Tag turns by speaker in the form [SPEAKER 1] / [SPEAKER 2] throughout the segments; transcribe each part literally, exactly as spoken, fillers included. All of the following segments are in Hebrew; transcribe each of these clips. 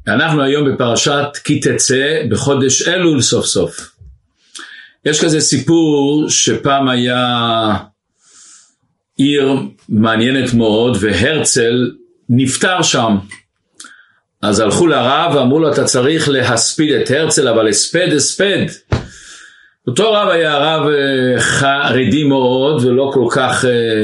[SPEAKER 1] אנחנו היום בפרשת כי תצא בחודש אלול סוף סוף. יש כזה סיפור שפעם היה עיר מעניינת מאוד והרצל נפטר שם. אז הלכו לרב ואמרו לו אתה צריך להספיד את הרצל, אבל הספד הספד. אותו רב היה רב חרדי מאוד ולא כל כך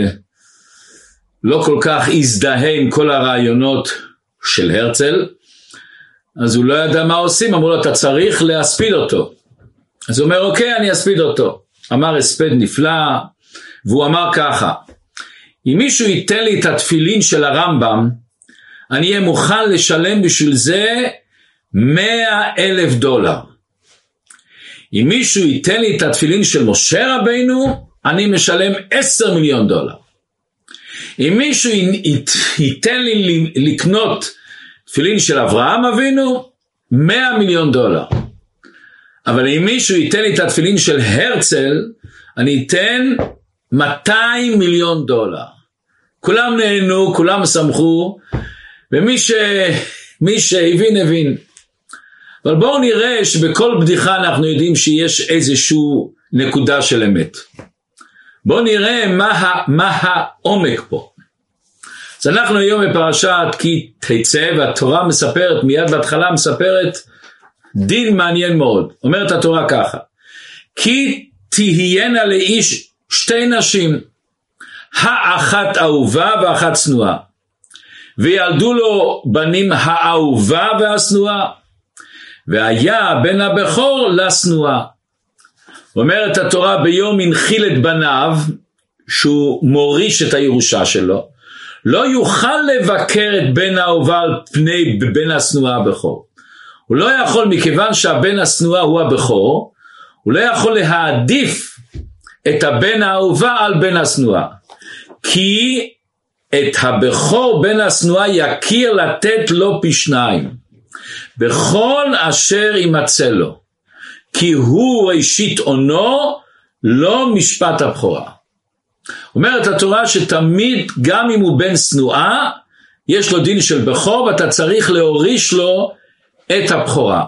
[SPEAKER 1] לא כל כך הזדהה עם כל הרעיונות של הרצל. אז הוא לא ידע מה עושים, אמרו לו אתה צריך להספיד אותו. אז הוא אומר אוקיי אני אספיד אותו. אמר הספד נפלא, והוא אמר ככה, אם מישהו ייתן לי את התפילין של הרמב"ם, אני אהיה מוכן לשלם בשביל זה מאה אלף דולר. אם מישהו ייתן לי את התפילין של משה רבינו, אני משלם עשר מיליון דולר. אם מישהו ייתן לי לקנות תפילין של אברהם אבינו, מאה מיליון דולר. אבל אם מישהו ייתן לי את התפילין של הרצל, אני אתן מאתיים מיליון דולר. כולם נהנו, כולם שמחו, ומי ש... מי שהבין הבין. אבל בואו נראה שבכל בדיחה אנחנו יודעים שיש איזשהו נקודה של אמת. בואו נראה מה, ה... מה העומק פה. אז אנחנו היום בפרשת כי תצא, והתורה מספרת, מיד בהתחלה מספרת דין מעניין מאוד. אומרת התורה ככה, כי תהיינה לאיש שתי נשים, האחת אהובה ואחת שנואה, וילדו לו בנים האהובה והשנואה, והיה בן הבכור לשנואה. אומרת התורה ביום הנחיל את בניו, שהוא מוריש את הירושה שלו, לא יוכל לבקר את בן האהובה על פני בן השנואה הבכור. הוא לא יכול, מכיוון שהבן השנואה הוא הבכור, הוא לא יכול להעדיף את הבן האהובה על בן השנואה. כי את הבכור בן השנואה יכיר לתת לו פי שניים. בכל אשר ימצא לו. כי הוא ראשית עונו, לא משפט הבכורה. אומרת התורה שתמיד גם אם הוא בן שנואה, יש לו דין של בכור ואתה צריך להוריש לו את הבכורה.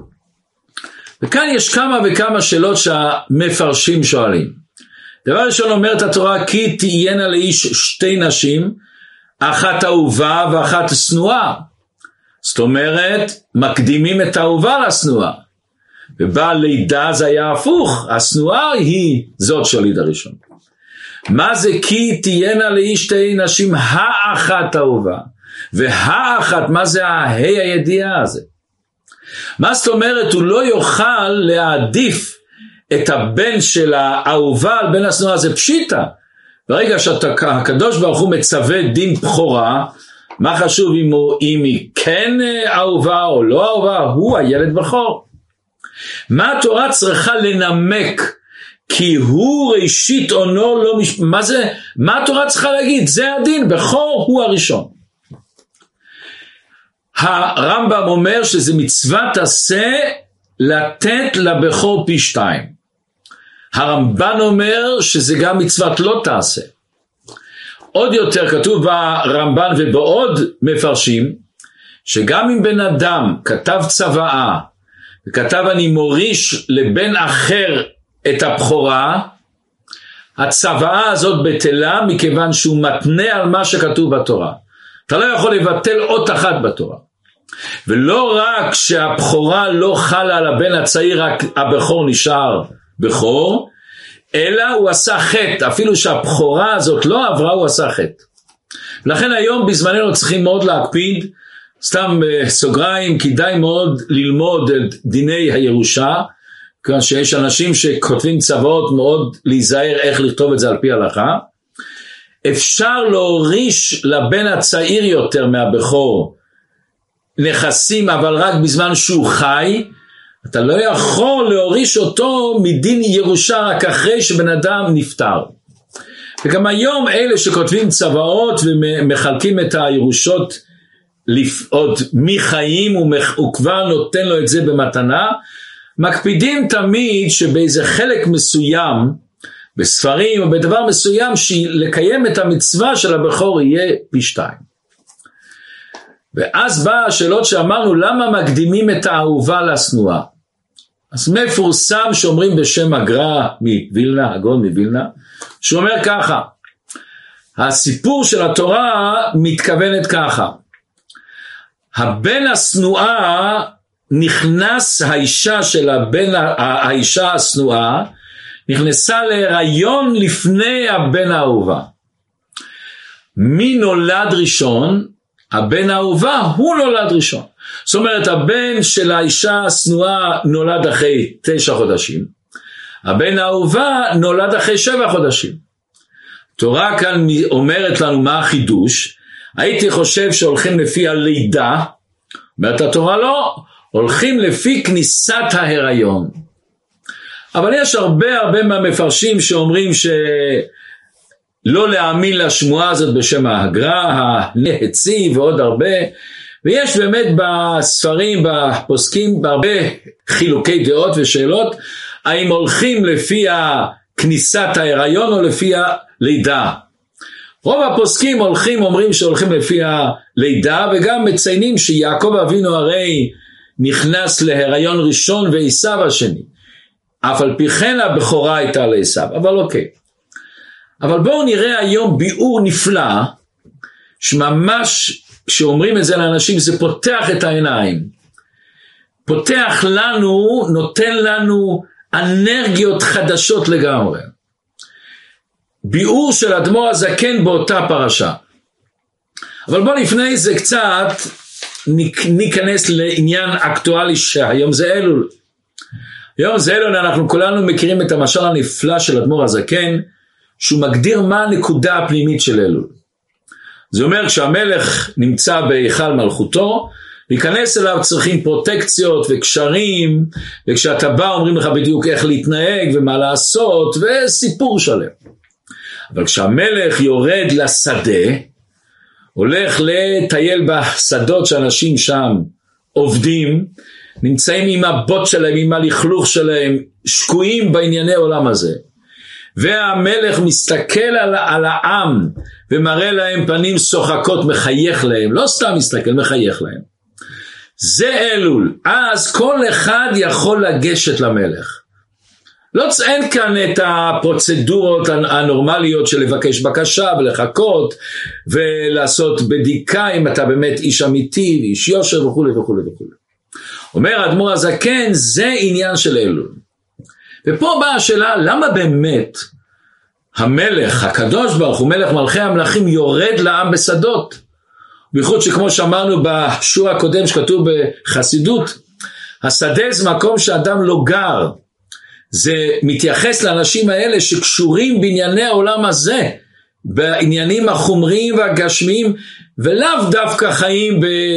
[SPEAKER 1] וכאן יש כמה וכמה שאלות שהמפרשים שואלים. דבר ראשון אומרת התורה כי תהיינה לאיש שתי נשים, אחת אהובה ואחת שנואה. זאת אומרת מקדימים את האהובה לשנואה. ובעל לידה זה היה הפוך, השנואה היא זאת שליד הראשון. מה זה כי תהיינה לאיש שתי נשים האחת אהובה, והאחת מה זה ההי הידיעה הזה? מה זאת אומרת הוא לא יוכל להעדיף את הבן של האהובה על בן השנואה? זה פשיטה. ברגע שהקדוש ברוך הוא מצווה דין בכורה, מה חשוב אם, הוא, אם היא כן אהובה או לא אהובה? הוא הילד בכור. מה התורה צריכה לנמק? כי הוא ראשית עונו לא מש... מה זה? מה התורה צריכה להגיד? זה הדין, בכור הוא הראשון. הרמב"ם אומר שזה מצוות עשה לתת לבכור פי שתיים. הרמב"ן אומר שזה גם מצוות לא תעשה. עוד יותר כתוב ברמב"ן ובעוד מפרשים, שגם אם בן אדם כתב צוואה, וכתב אני מוריש לבן אחר את הבכורה, הצוואה הזאת בטלה מכיוון שהוא מתנה על מה שכתוב בתורה. אתה לא יכול לבטל אות אחת בתורה. ולא רק שהבכורה לא חלה על הבן הצעיר, רק הבכור נשאר בכור, אלא הוא עשה חטא, אפילו שהבכורה הזאת לא עברה הוא עשה חטא. לכן היום בזמננו צריכים מאוד להקפיד, סתם סוגריים, כדאי מאוד ללמוד את דיני הירושה, כיוון שיש אנשים שכותבים צוואות מאוד להיזהר איך לכתוב את זה על פי הלכה. אפשר להוריש לבן הצעיר יותר מהבכור נכסים, אבל רק בזמן שהוא חי. אתה לא יכול להוריש אותו מדין ירושה רק אחרי שבן אדם נפטר. וגם היום אלה שכותבים צוואות ומחלקים את הירושות עוד מחיים, הוא כבר נותן לו את זה במתנה, מקפידים תמיד שבאיזה חלק מסוים בספרים או בדבר מסוים שלקיים את המצווה של הבכור יהיה פי שתיים. ואז באה השאלות שאמרנו, למה מקדימים את האהובה לשנואה? אז מפורסם שאומרים בשם הגר"א מווילנה, הגאון מווילנה, שאומר ככה, הסיפור של התורה מתכוונת ככה, הבן השנואה נכנס, האישה של הבן, האישה השנואה, נכנסה להיריון לפני הבן האהובה. מי נולד ראשון? הבן האהובה הוא נולד ראשון. זאת אומרת, הבן של האישה השנואה נולד אחרי תשע חודשים. הבן האהובה נולד אחרי שבע חודשים. התורה כאן אומרת לנו מה החידוש. הייתי חושב שהולכים לפי הלידה. אומרת התורה לא, הולכים לפי כניסת ההיריון. אבל יש הרבה הרבה מהמפרשים שאומרים שלא להאמין לשמועה הזאת בשם הגר"א, הלהצי ועוד הרבה. ויש באמת בספרים, בפוסקים, בהרבה חילוקי דעות ושאלות, האם הולכים לפי כניסת ההיריון או לפי הלידה. רוב הפוסקים הולכים, אומרים שהולכים לפי הלידה, וגם מציינים שיעקב אבינו הרי נכנס להיריון ראשון ועשיו השני. אף על פי כן הבכורה הייתה לעשיו, אבל אוקיי. אבל בואו נראה היום ביאור נפלא, שממש כשאומרים את זה לאנשים זה פותח את העיניים. פותח לנו, נותן לנו אנרגיות חדשות לגמרי. ביאור של אדמו"ר הזקן באותה פרשה. אבל בואו לפני זה קצת ניכנס לעניין אקטואלי שהיום זה אלול. היום זה אלול, אנחנו כולנו מכירים את המשל הנפלא של אדמו"ר הזקן, שהוא מגדיר מה הנקודה הפנימית של אלול. זה אומר כשהמלך נמצא בהיכל מלכותו, להיכנס אליו צריכים פרוטקציות וקשרים, וכשאתה בא אומרים לך בדיוק איך להתנהג ומה לעשות, וסיפור שלם. אבל כשהמלך יורד לשדה, הולך לטייל בשדות שאנשים שם עובדים, נמצאים עם הבוט שלהם, עם הלכלוך שלהם, שקועים בענייני עולם הזה. והמלך מסתכל על, על העם, ומראה להם פנים שוחקות, מחייך להם, לא סתם מסתכל, מחייך להם. זה אלול, אז כל אחד יכול לגשת למלך. לא אין כאן את הפרוצדורות הנורמליות של לבקש בקשה ולחכות ולעשות בדיקה אם אתה באמת איש אמיתי ואיש יושר וכו' וכו' וכו'. אומר אדמו"ר הזקן, זה עניין של אלול. ופה באה השאלה, למה באמת המלך הקדוש ברוך הוא מלך מלכי המלכים יורד לעם בשדות? בייחוד שכמו שאמרנו בשיעור הקודם שכתוב בחסידות, השדה זה מקום שאדם לא גר. זה מתייחס לאנשים האלה שקשורים בענייני העולם הזה, בעניינים החומריים והגשמיים, ולאו דווקא חיים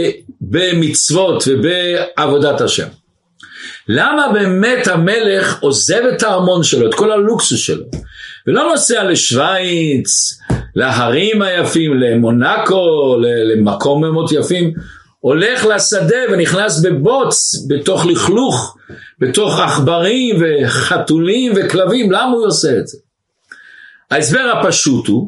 [SPEAKER 1] במצוות ובעבודת השם. למה באמת המלך עוזב את הארמון שלו, את כל הלוקסוס שלו, ולא נוסע לשוויץ, להרים היפים, למונקו, למקום מאוד יפים, הולך לשדה ונכנס בבוץ, בתוך לכלוך, בתוך עכברים וחתולים וכלבים? למה הוא עושה את זה? ההסבר הפשוט הוא,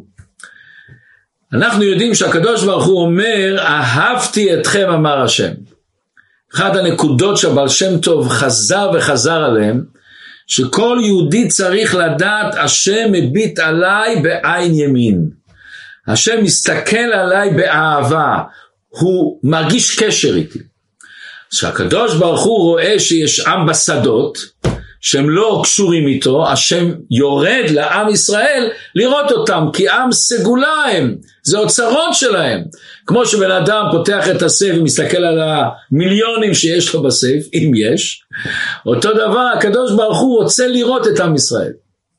[SPEAKER 1] אנחנו יודעים שהקדוש ברוך הוא אומר, אהבתי אתכם אמר השם. אחת הנקודות שהבעל שם טוב חזר וחזר עליהם, שכל יהודי צריך לדעת, השם מביט עליי בעין ימין. השם מסתכל עליי באהבה, הוא מרגיש קשר איתי. שהקדוש ברוך הוא רואה שיש עם בשדות, שהם לא קשורים איתו, השם יורד לעם ישראל לראות אותם, כי עם סגולה הם, זה אוצרות שלהם. כמו שבן אדם פותח את הסייף ומסתכל על המיליונים שיש לו בסייף, אם יש, אותו דבר הקדוש ברוך הוא רוצה לראות את עם ישראל.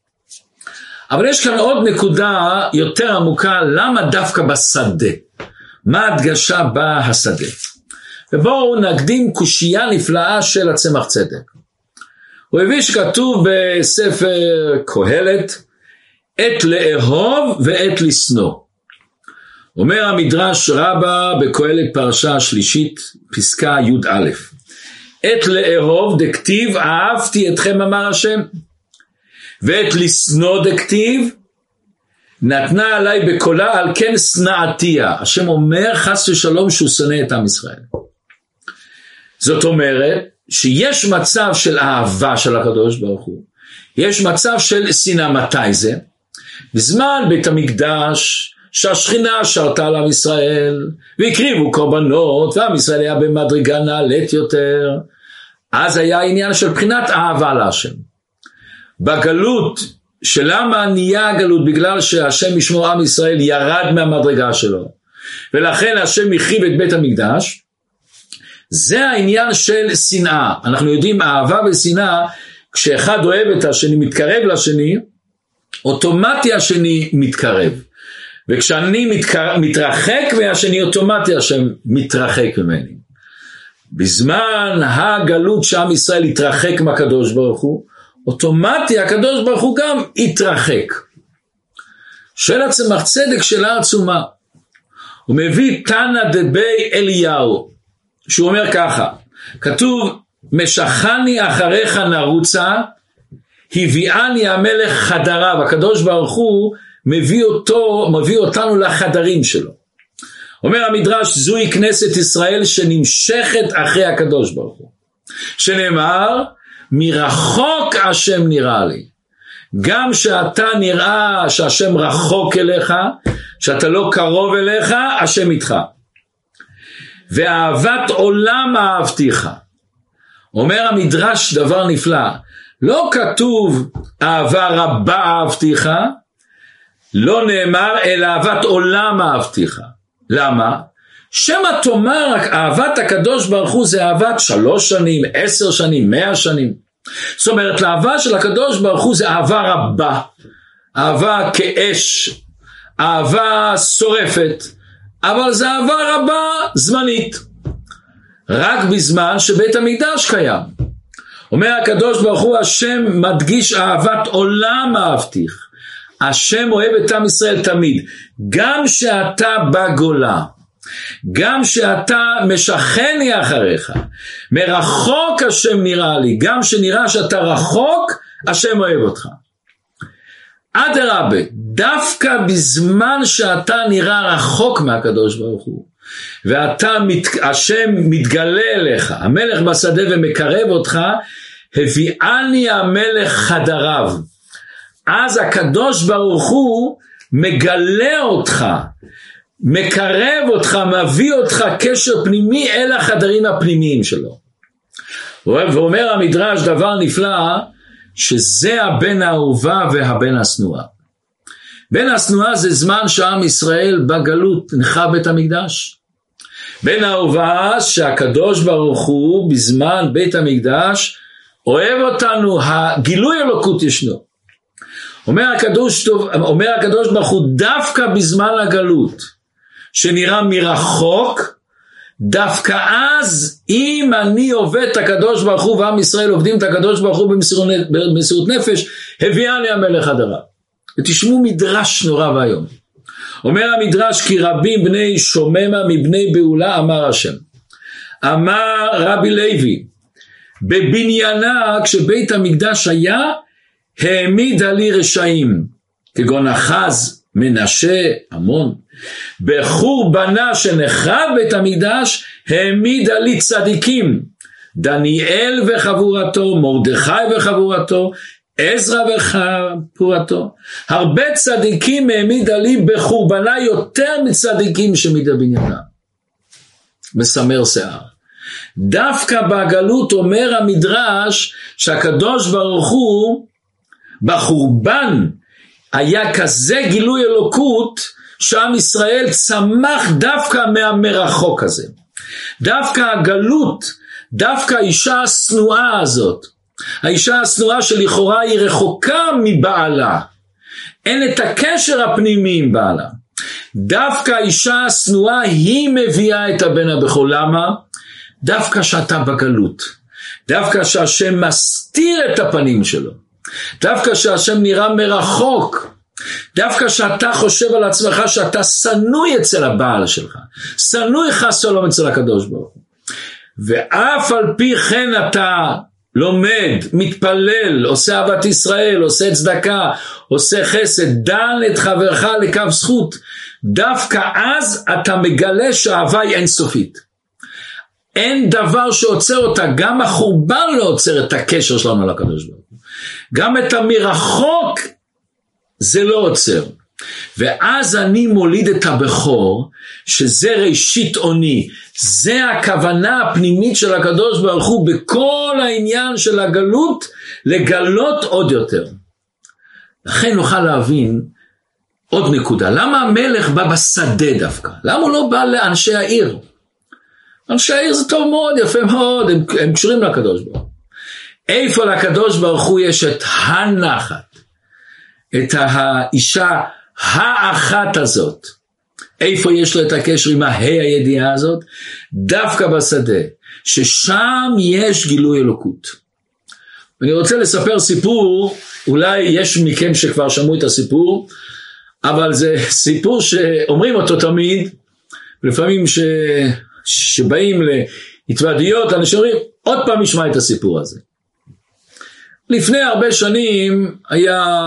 [SPEAKER 1] אבל יש כאן עוד נקודה יותר עמוקה, למה דווקא בשדה? מה הדגשה בהשדה? ובואו נקדים קושייה נפלאה של הצמח צדק. הוא הביא שכתוב בספר קהלת, עת לאהוב ועת לשנוא. אומר המדרש רבה בקהלת פרשה השלישית, פסקה י' א', עת לאהוב דכתיב אהבתי אתכם אמר השם, ועת לשנוא דכתיב נתנה עליי בקולה, על כן שנאתיה. השם אומר חס ושלום שהוא שונא את עם ישראל. זאת אומרת שיש מצב של אהבה של הקדוש ברוך הוא, יש מצב של שנאה. מתי זה? בזמן בית המקדש שהשכינה שרתה על עם ישראל והקריבו קורבנות ועם ישראל היה במדרגה נעלית יותר, אז היה עניין של בחינת אהבה להשם. בגלות, שלמה נהיה הגלות? בגלל שהשם ישמור עם ישראל ירד מהמדרגה שלו, ולכן השם החריב את בית המקדש. זה העניין של שנאה. אנחנו יודעים אהבה ושנאה, כשאחד אוהב את השני, מתקרב לשני, אוטומטי השני מתקרב, וכשאני מתקר... מתרחק מהשני, אוטומטי השם מתרחק ממני. בזמן הגלות שעם ישראל התרחק מהקדוש ברוך הוא, אוטומטי הקדוש ברוך הוא גם התרחק. של הצמח צדק שלה עצומה, הוא מביא תנא דבי אליהו, שהוא אומר ככה, כתוב משכני אחריך נרוצה, הביאני המלך חדריו. הקדוש ברוך הוא מביא אותו, מביא אותנו לחדרים שלו. אומר המדרש, זוהי כנסת ישראל שנמשכת אחרי הקדוש ברוך הוא, שנאמר מרחוק השם נראה לי. גם שאתה נראה שהשם רחוק אליך, שאתה לא קרוב אליך, השם איתך. ואהבת עולם אהבתיך. אומר המדרש דבר נפלא, לא כתוב אהבה רבה אהבתיך, לא נאמר אלא אהבת עולם אהבתיך. למה? שמה תאמר אהבת הקדוש ברוך הוא זה אהבת שלוש שנים, עשר שנים, מאה שנים. זאת אומרת, לאהבה של הקדוש ברוך הוא זה אהבה רבה, אהבה כאש, אהבה שורפת, אבל זה אהבה רבה זמנית, רק בזמן שבית המקדש קיים. אומר הקדוש ברוך הוא, השם מדגיש אהבת עולם אהבתיך. השם אוהב את עם ישראל תמיד, גם שאתה בגולה, גם שאתה משכני אחריך, מרחוק השם נראה לי, גם שנראה שאתה רחוק, השם אוהב אותך. אדרבה, דווקא בזמן שאתה נראה רחוק מהקדוש ברוך הוא, ואתה, השם מתגלה אליך, המלך בשדה ומקרב אותך, הביאני המלך חדריו. אז הקדוש ברוך הוא מגלה אותך, מקרב אותך, מביא אותך קשר פנימי אל החדרים הפנימיים שלו. ואומר המדרש דבר נפלא, שזה הבן האהובה והבן השנואה. בן השנואה זה זמן שעם ישראל בגלות נחרב בית המקדש. בן האהובה שהקדוש ברוך הוא בזמן בית המקדש אוהב אותנו, הגילוי אלוקות ישנו. אומר הקדוש, אומר הקדוש ברוך הוא דווקא בזמן הגלות שנראה מרחוק, דווקא אז אם אני עובד את הקדוש ברוך הוא ועם ישראל עובדים את הקדוש ברוך הוא במסירות, במסירות נפש, הביאני המלך חדריו. ותשמעו מדרש נורא והיום. אומר המדרש, כי רבים בני שוממה מבני בעולה אמר השם. אמר רבי לוי, בבניינה כשבית המקדש היה, העמידה לי רשעים, כגון אחז, מנשה, המון. בחורבנה שנחרב בית המקדש, העמידה לי צדיקים, דניאל וחבורתו, מרדכי וחבורתו, עזרא וחבורתו. הרבה צדיקים העמידה לי בחורבנה יותר מצדיקים שמעידה בניינה. מסמר שיער. דווקא בגלות אומר המדרש שהקדוש ברוך הוא בחורבן היה כזה גילוי אלוקות שעם ישראל צמח דווקא מהמרחוק הזה. דווקא הגלות, דווקא האישה השנואה הזאת, האישה השנואה שלכאורה היא רחוקה מבעלה, אין את הקשר הפנימי עם בעלה, דווקא האישה השנואה היא מביאה את הבן הבכור. למה? דווקא שאתה בגלות, דווקא שהשם מסתיר את הפנים שלו, דווקא שהשם נראה מרחוק, דווקא שאתה חושב על עצמך שאתה שנוי אצל הבעל שלך, שנוי חס שלום אצל הקדוש ברוך הוא, ואף על פי כן אתה לומד, מתפלל, עושה אהבת ישראל, עושה צדקה, עושה חסד, דן את חברך לקו זכות, דווקא אז אתה מגלה שהאהבה היא אינסופית. אין דבר שעוצר אותה, גם החורבן לא עוצר את הקשר שלנו לקדוש ברוך הוא. גם את המרחוק זה לא עוצר. ואז אני מוליד את הבכור, שזה ראשית עוני, זה הכוונה הפנימית של הקדוש ברוך הוא בכל העניין של הגלות, לגלות עוד יותר. לכן נוכל להבין עוד נקודה, למה המלך בא בשדה דווקא? למה הוא לא בא לאנשי העיר? אנשי העיר זה טוב מאוד, יפה מאוד, הם, הם קשורים לקדוש ברוך הוא. איפה לקדוש ברוך הוא יש את הנחת, את האישה האחת הזאת, איפה יש לו את הקשר עם ההי הידיעה הזאת? דווקא בשדה, ששם יש גילוי אלוקות. ואני רוצה לספר סיפור, אולי יש מכם שכבר שמעו את הסיפור, אבל זה סיפור שאומרים אותו תמיד, לפעמים ש... שבאים להתוודיות, אנשים אומרים, עוד פעם נשמע את הסיפור הזה. לפני הרבה שנים היה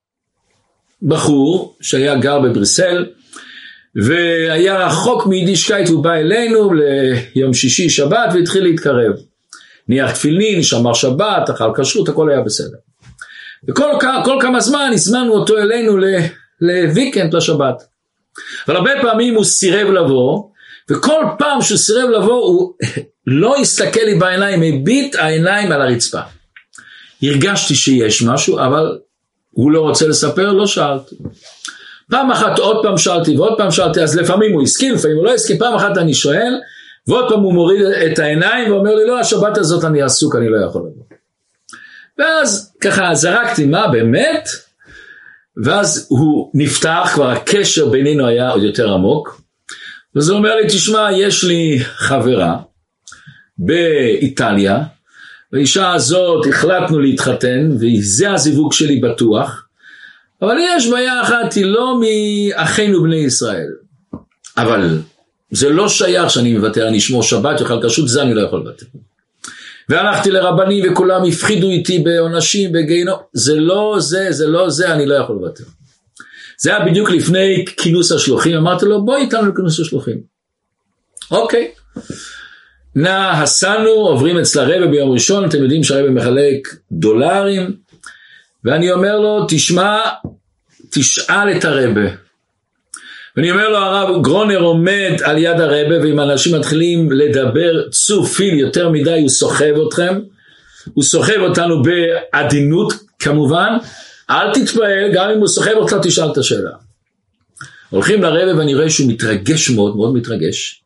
[SPEAKER 1] בחור שהיה גר בבריסל, והיה רחוק מיידישקייט, הוא בא אלינו ליום שישי שבת והתחיל להתקרב. ניח תפילין, שמר שבת, אכל כשרות, הכל היה בסדר. וכל כל כמה זמן הזמנו אותו אלינו לוויקנד לשבת. אבל הרבה פעמים הוא סירב לבוא, וכל פעם שהוא סירב לבוא הוא לא הסתכל לי בעיניים, הביט העיניים על הרצפה. הרגשתי שיש משהו, אבל הוא לא רוצה לספר, לא שאלתי. פעם אחת עוד פעם שאלתי ועוד פעם שאלתי, אז לפעמים הוא הסכים, לפעמים הוא לא הסכים, פעם אחת אני שואל, ועוד פעם הוא מוריד את העיניים ואומר לי, לא, השבת הזאת אני עסוק, אני לא יכול לבוא. ואז ככה זרקתי, מה באמת? ואז הוא נפתח, כבר הקשר בינינו היה עוד יותר עמוק, וזה אומר לי, תשמע, יש לי חברה באיטליה, והאישה הזאת החלטנו להתחתן, וזה הזיווג שלי בטוח, אבל יש בעיה אחת, היא לא מאחינו בני ישראל. אבל זה לא שייך שאני מוותר, אני אשמור שבת, יאכל כשרות, זה אני לא יכול לוותר. והלכתי לרבנים וכולם הפחידו איתי בעונשים, בגיהינום, זה לא זה, זה לא זה, אני לא יכול לוותר. זה היה בדיוק לפני כינוס השלוחים, אמרתי לו, בוא איתנו לכינוס השלוחים. אוקיי. נא הסנו, עוברים אצל הרבא ביום ראשון, אתם יודעים שהרבא מחלק דולרים, ואני אומר לו, תשמע, תשאל את הרבא. ואני אומר לו, הרב גרונר עומד על יד הרבא, ואם אנשים מתחילים לדבר צופיל יותר מדי, הוא סוחב אתכם, הוא סוחב אותנו בעדינות כמובן, אל תתפעל, גם אם הוא סוחב אותך, תשאל את השאלה. הולכים לרבא ואני רואה שהוא מתרגש מאוד, מאוד מתרגש,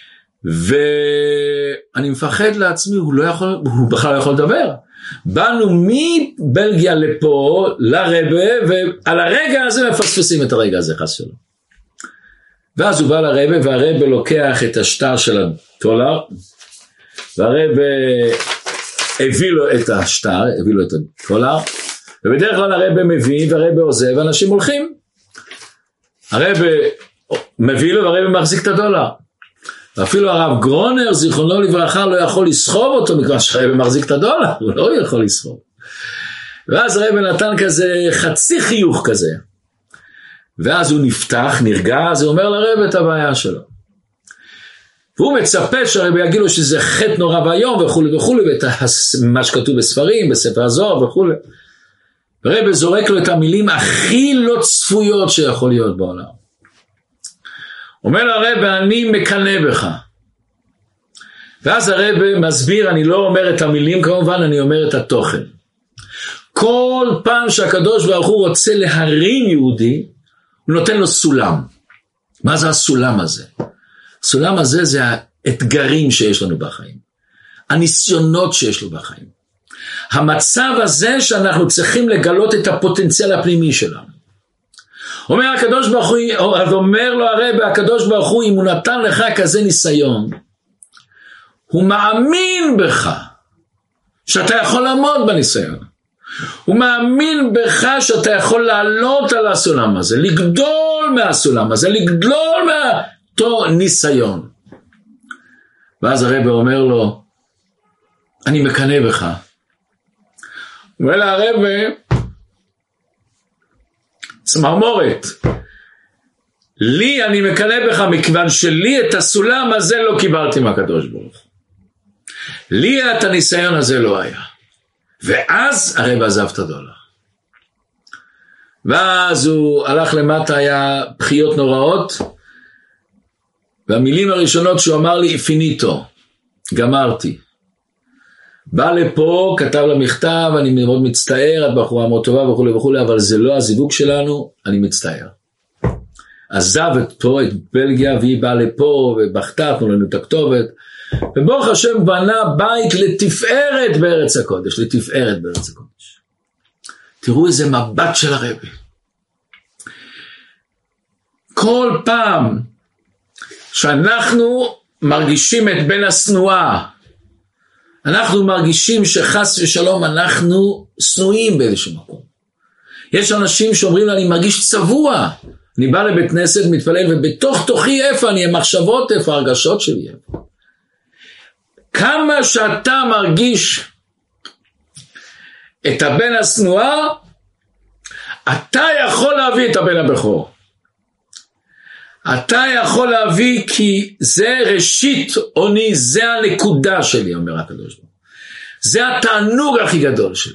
[SPEAKER 1] ואני מפחד לעצמי, הוא לא יכול, הוא בכלל לא יכול לדבר. באנו מבלגיה לפה, לרבא, ועל הרגע הזה מפספסים את הרגע הזה, חס שלו. ואז הוא בא לרבא, והרבא לוקח את השטר של הדולר, והרבא הביא לו את השטר, הביא לו את הדולר, ובדרך כלל הרבא מביא, והרבא עוזב, ואנשים הולכים. הרבא מביא לו, והרבא מחזיק את הדולר. ואפילו הרב גרונר, זיכרונו לברכה, לא יכול לסחוב אותו, מכיוון שהרבא מחזיק את הדולר, הוא לא יכול לסחוב. ואז הרבא נתן כזה, חצי חיוך כזה. ואז הוא נפתח, נרגע, אז הוא אומר לרבא את הבעיה שלו. והוא מצפה שהרבא יגיד לו שזה חטא נורא והיום, וכו' וכו', ומה שכתוב בספרים, בספר הזוהר וכו'. הרבא זורק לו את המילים הכי לא צפויות שיכול להיות בעולם. אומר לרבא, אני מקנא בך. ואז הרבא מסביר, אני לא אומר את המילים כמובן, אני אומר את התוכן. כל פעם שהקדוש ברוך הוא רוצה להרים יהודי, הוא נותן לו סולם. מה זה הסולם הזה? הסולם הזה זה האתגרים שיש לנו בחיים. הניסיונות שיש לו בחיים. המצב הזה שאנחנו צריכים לגלות את הפוטנציאל הפנימי שלנו. אומר הקדוש ברוך הוא, אומר לו הרבא, הקדוש ברוך הוא, אם הוא נתן לך כזה ניסיון, הוא מאמין בך, שאתה יכול לעמוד בניסיון. הוא מאמין בך שאתה יכול לעלות על הסולם הזה, לגדול מהסולם הזה, לגדול מאותו ניסיון. ואז הרבא אומר לו, אני מקנא בך, אומר לה הרב, צמרמורת, לי אני מקנא בך מכיוון שלי את הסולם הזה לא קיבלתי מהקדוש ברוך הוא. לי את הניסיון הזה לא היה. ואז הרב עזב את הדולר. ואז הוא הלך למטה, היה בחיות נוראות, והמילים הראשונות שהוא אמר לי, פיניטו, גמרתי. בא לפה, כתב לה מכתב, אני מאוד מצטער, את בחורה מאוד טובה וכו' וכו', אבל זה לא הזיווג שלנו, אני מצטער. עזב את פה, את בלגיה, והיא באה לפה, ובכתה, תנו לנו את הכתובת, וברוך השם בנה בית לתפארת בארץ הקודש, לתפארת בארץ הקודש. תראו איזה מבט של הרבי. כל פעם שאנחנו מרגישים את בין השנואה, אנחנו מרגישים שחס ושלום אנחנו שנואים באיזשהו מקום. יש אנשים שאומרים לה, אני מרגיש צבוע. אני בא לבית כנסת, מתפלל, ובתוך תוכי איפה אני, המחשבות איפה, הרגשות שלי איפה. כמה שאתה מרגיש את הבן השנואה, אתה יכול להביא את הבן הבכור. אתה יכול להביא, כי זה ראשית עוני, זה הנקודה שלי, אומר הקדוש ברוך הוא. זה התענוג הכי גדול שלי.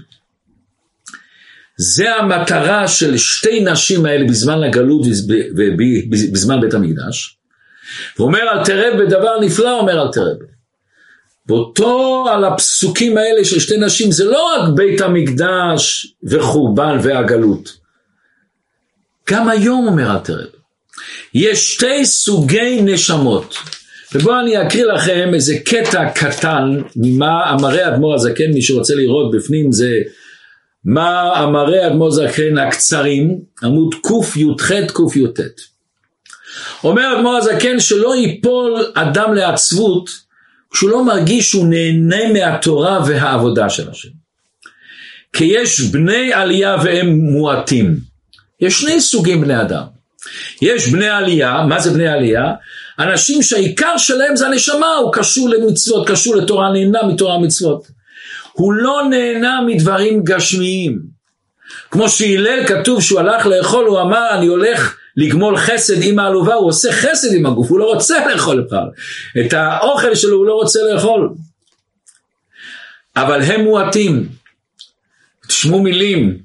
[SPEAKER 1] זה המטרה של שתי נשים האלה בזמן הגלות ובזמן בית המקדש. ואומר אל תרב בדבר נפלא, אומר אל תרב. באותו על הפסוקים האלה של שתי נשים, זה לא רק בית המקדש וחורבן והגלות. גם היום אומר אל תרב. יש שתי סוגי נשמות. ובואו אני אקריא לכם איזה קטע קטן ממה אמרי אדמו"ר הזקן, מי שרוצה לראות בפנים זה מה אמרי אדמו"ר הזקן הקצרים, עמוד קי"ח קי"ט. אומר אדמו"ר הזקן שלא ייפול אדם לעצבות כשהוא לא מרגיש שהוא נהנה מהתורה והעבודה של השם. כי יש בני עלייה והם מועטים. יש שני סוגים בני אדם. יש בני עלייה, מה זה בני עלייה? אנשים שהעיקר שלהם זה הנשמה, הוא קשור למצוות, קשור לתורה, נהנה מתורה מצוות. הוא לא נהנה מדברים גשמיים. כמו שהילל כתוב שהוא הלך לאכול, הוא אמר אני הולך לגמול חסד עם העלובה, הוא עושה חסד עם הגוף, הוא לא רוצה לאכול בכלל. את האוכל שלו הוא לא רוצה לאכול. אבל הם מועטים. תשמעו מילים.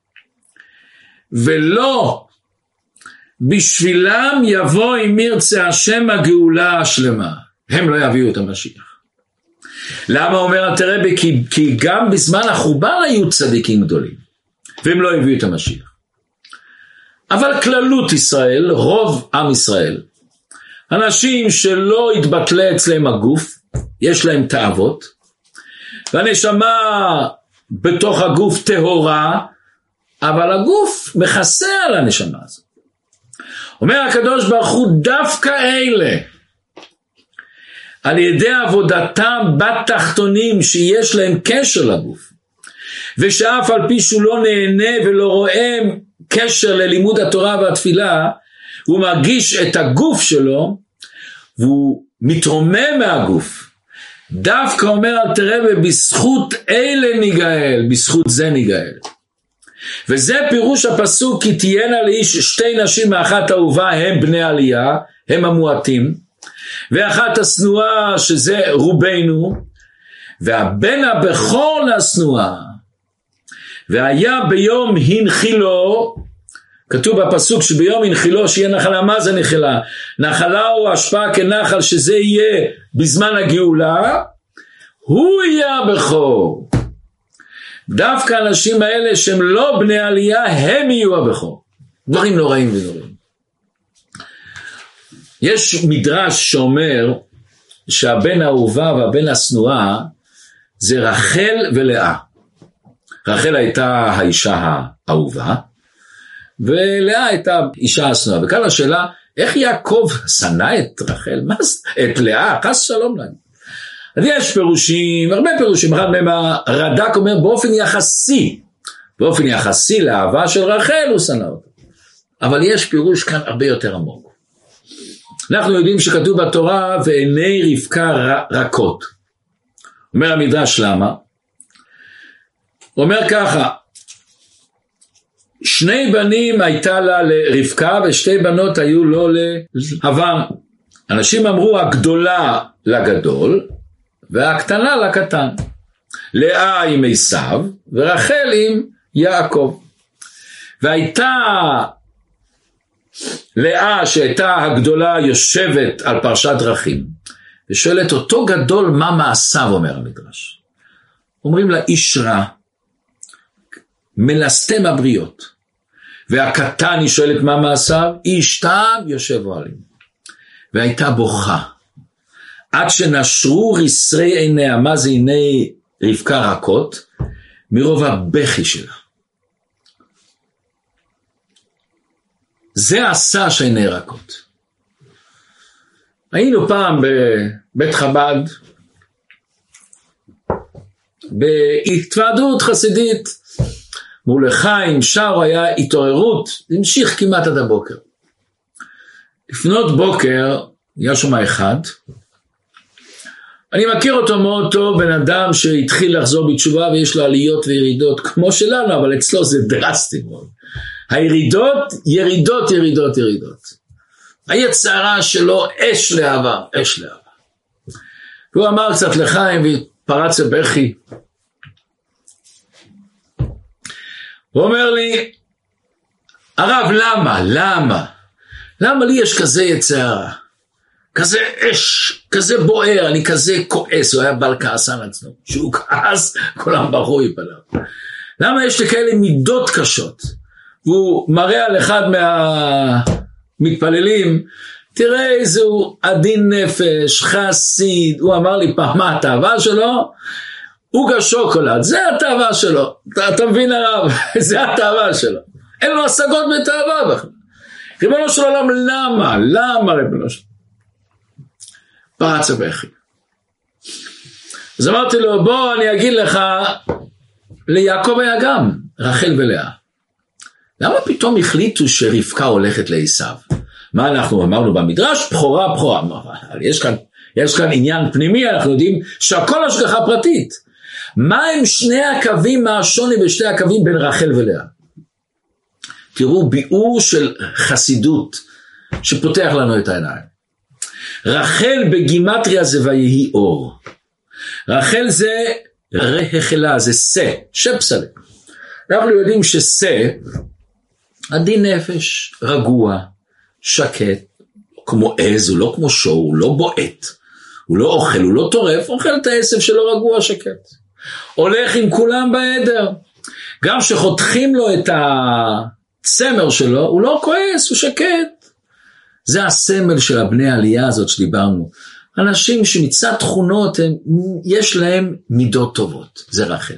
[SPEAKER 1] ולא בשבילם יבוא אם ירצה השם הגאולה השלמה. הם לא יביאו את המשיח. למה אומר התרבי? כי, כי גם בזמן החורבן היו צדיקים גדולים. והם לא הביאו את המשיח. אבל כללות ישראל, רוב עם ישראל, אנשים שלא התבטלה אצלם הגוף, יש להם תאוות, והנשמה בתוך הגוף טהורה, אבל הגוף מכסה על הנשמה הזאת. אומר הקדוש ברוך הוא, דווקא אלה, על ידי עבודתם בתחתונים שיש להם קשר לגוף, ושאף על פי שהוא לא נהנה ולא רואה קשר ללימוד התורה והתפילה, הוא מרגיש את הגוף שלו, והוא מתרומם מהגוף. דווקא אומר אל תראה, בזכות אלה ניגאל, בזכות זה ניגאל. וזה פירוש הפסוק, כי תהיינה לאיש שתי נשים מאחת אהובה, הם בני עלייה, הם המועטים, ואחת השנואה שזה רובנו, והבן הבכור לשנואה, והיה ביום הנחילו, כתוב בפסוק שביום הנחילו שיהיה נחלה. מה זה נחלה? נחלה הוא השפעה כנחל, שזה יהיה בזמן הגאולה, הוא יהיה הבכור. דווקא האנשים האלה שהם לא בני עלייה, הם יהיו הבכור. דברים נוראים ונוראים. יש מדרש שאומר שהבן האהובה והבן השנואה זה רחל ולאה. רחל הייתה האישה האהובה, ולאה הייתה אישה השנואה. וכאן השאלה, איך יעקב שנא את רחל? מה זה? את לאה? חס שלום להם. אז יש פירושים, הרבה פירושים. אחד מהם הרד"ק אומר באופן יחסי, באופן יחסי לאהבה של רחל הוא שנא אותה. אבל יש פירוש כאן הרבה יותר עמוק. אנחנו יודעים שכתוב בתורה, ועיני רבקה רכות. אומר המדרש למה? אומר ככה, שני בנים הייתה לה לרבקה ושתי בנות היו לו להבן. אנשים אמרו הגדולה לגדול והקטנה לקטן. לאה עם עשיו ורחל עם יעקב. והייתה לאה שהייתה הגדולה יושבת על פרשת דרכים ושואלת אותו גדול מה מעשיו, אומר המדרש. אומרים לה איש רע, מלסתם הבריות. והקטן היא שואלת מה מעשיו, איש טעם יושב אוהלים. והייתה בוכה עד שנשרו רסרי עיניה. מה זה עיני רבקה רכות? מרוב הבכי שלה. זה עשה שעיני רכות. היינו פעם בבית חב"ד בהתוועדות חסידית מול לחיים, שר היה התעוררות, המשיך כמעט עד הבוקר. לפנות בוקר, היה שם אחד, אני מכיר אותו מאוד טוב, בן אדם שהתחיל לחזור בתשובה ויש לו עליות וירידות כמו שלנו, אבל אצלו זה דרסטי מאוד. הירידות, ירידות, ירידות, ירידות. היצרה שלו אש להבה, אש להבה. והוא אמר קצת לחיים ופרץ לבכי. הוא אומר לי, הרב למה, למה? למה לי יש כזה יצרה? כזה אש, כזה בוער, אני כזה כועס, הוא היה בעל כעסן עצמו, שהוא כעס, כולם ברחו יפלו. למה יש לי כאלה מידות קשות? והוא מראה על אחד מהמתפללים, תראה איזהו עדין נפש, חסיד, הוא אמר לי פעם, מה התאווה שלו? עוגה שוקולד, זה התאווה שלו, אתה, אתה מבין הרב, זה התאווה שלו, אין לו השגות בתאווה בכלל. ריבונו של עולם, למה? למה ריבונו של עולם? פרץ הבכי. אז אמרתי לו, בוא אני אגיד לך, ליעקב היה גם, רחל ולאה. למה פתאום החליטו שרבקה הולכת לעשיו? מה אנחנו אמרנו במדרש? בחורה, בחורה. יש כאן, יש כאן עניין פנימי, אנחנו יודעים שהכל השגחה פרטית. מה הם שני הקווים, מה השוני בשתי הקווים בין רחל ולאה? תראו, ביאור של חסידות שפותח לנו את העיניים. רחל בגימטריה זה ויהי אור. רחל זה רחלה, זה סה, שפסלה. אנחנו יודעים שסה, עדין נפש, רגוע, שקט, כמו עז, הוא לא כמו שור, הוא לא בועט, הוא לא אוכל, הוא לא טורף, אוכל את העשב שלו רגוע, שקט. הולך עם כולם בעדר. גם שחותכים לו את הצמר שלו, הוא לא כועס, הוא שקט. זה הסמל של הבני העלייה הזאת שדיברנו. אנשים שמצד תכונות, הם, יש להם מידות טובות. זה רחל.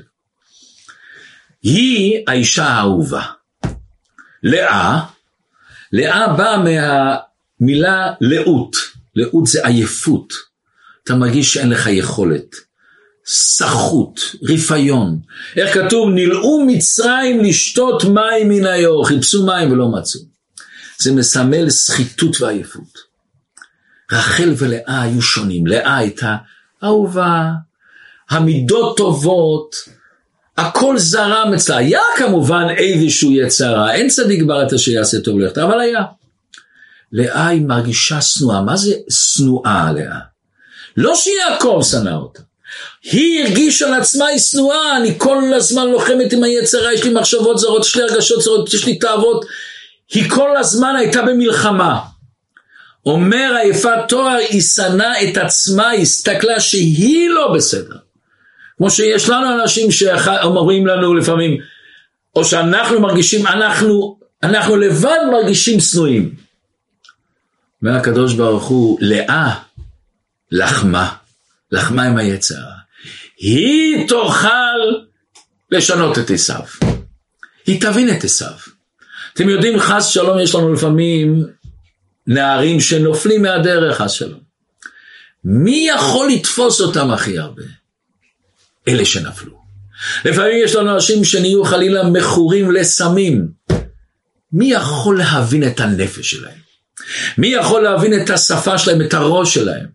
[SPEAKER 1] היא האישה האהובה. לאה, לאה באה מהמילה לאות. לאות זה עייפות. אתה מרגיש שאין לך יכולת. סחות, ריפיון. איך כתוב? נלאו מצרים לשתות מים מן היאור. חיפשו מים ולא מצאו. זה מסמל סחיתות ועייפות. רחל ולאה היו שונים. לאה הייתה אהובה, המידות טובות, הכל זרם אצלה. היה כמובן איזשהו יצרה, אין צדיק בראת שיעשה טוב לכת, אבל היה. לאה היא מרגישה שנואה. מה זה שנואה לאה? לא שיעקב שנא אותה. היא הרגישה על עצמה, היא שנואה, אני כל הזמן לוחמת עם היצרה, יש לי מחשבות זרות, יש לי הרגשות זרות, יש לי תאוות. היא כל הזמן הייתה במלחמה. אומר היפת תואר, היא שנאה את עצמה, היא הסתכלה שהיא לא בסדר. כמו שיש לנו אנשים שאומרים לנו לפעמים, או שאנחנו מרגישים, אנחנו, אנחנו לבד מרגישים שנואים. והקדוש ברוך הוא, לאה, לחמה, לחמה עם היצרה. היא תוכל לשנות את עשיו. היא תבין את עשיו. אתם יודעים, חס שלום, יש לנו לפעמים נערים שנופלים מהדרך, חס שלום. מי יכול לתפוס אותם הכי הרבה? אלה שנפלו. לפעמים יש לנו אנשים שנהיו חלילה מכורים לסמים. מי יכול להבין את הנפש שלהם? מי יכול להבין את השפה שלהם, את הראש שלהם?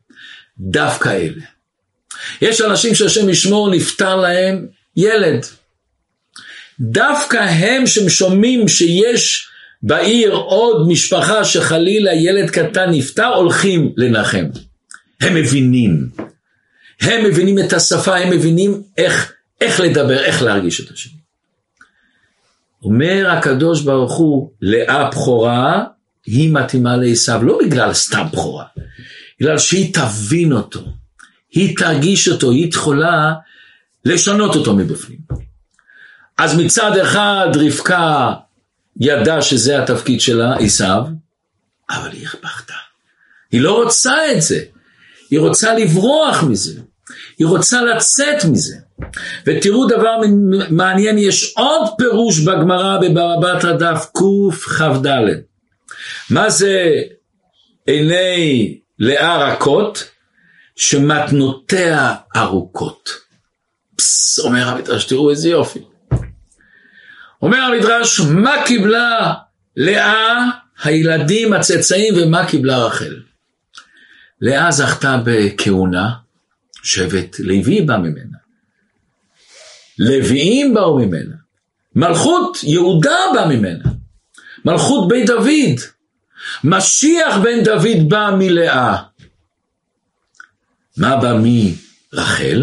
[SPEAKER 1] דווקא אלה. יש אנשים שהשם ישמור, נפטר להם ילד. דווקא הם ששומעים שיש בעיר עוד משפחה שחלילה ילד קטן נפטר, הולכים לנחם. הם מבינים. הם מבינים את השפה, הם מבינים איך, איך לדבר, איך להרגיש את השם. אומר הקדוש ברוך הוא, לאה בכורה, היא מתאימה לעשיו, לא בגלל סתם בכורה, בגלל שהיא תבין אותו, היא תרגיש אותו, היא יכולה לשנות אותו מבפנים. אז מצד אחד רבקה ידעה שזה התפקיד שלה, עשיו, אבל היא הכפחתה. היא לא רוצה את זה, היא רוצה לברוח מזה, היא רוצה לצאת מזה. ותראו דבר מעניין, יש עוד פירוש בגמרא בבבא בתרא דף קכ"ד. מה זה עיני לאה רכות? שמתנותיה ארוכות. פס, אומר המדרש, תראו איזה יופי. אומר המדרש, מה קיבלה לאה, הילדים הצאצאים, ומה קיבלה רחל? לאה זכתה בכהונה, שבט לוי בא ממנה. לוויים באו ממנה. מלכות יהודה בא ממנה. מלכות בית דוד. משיח בן דוד בא מלאה. מה בא מרחל?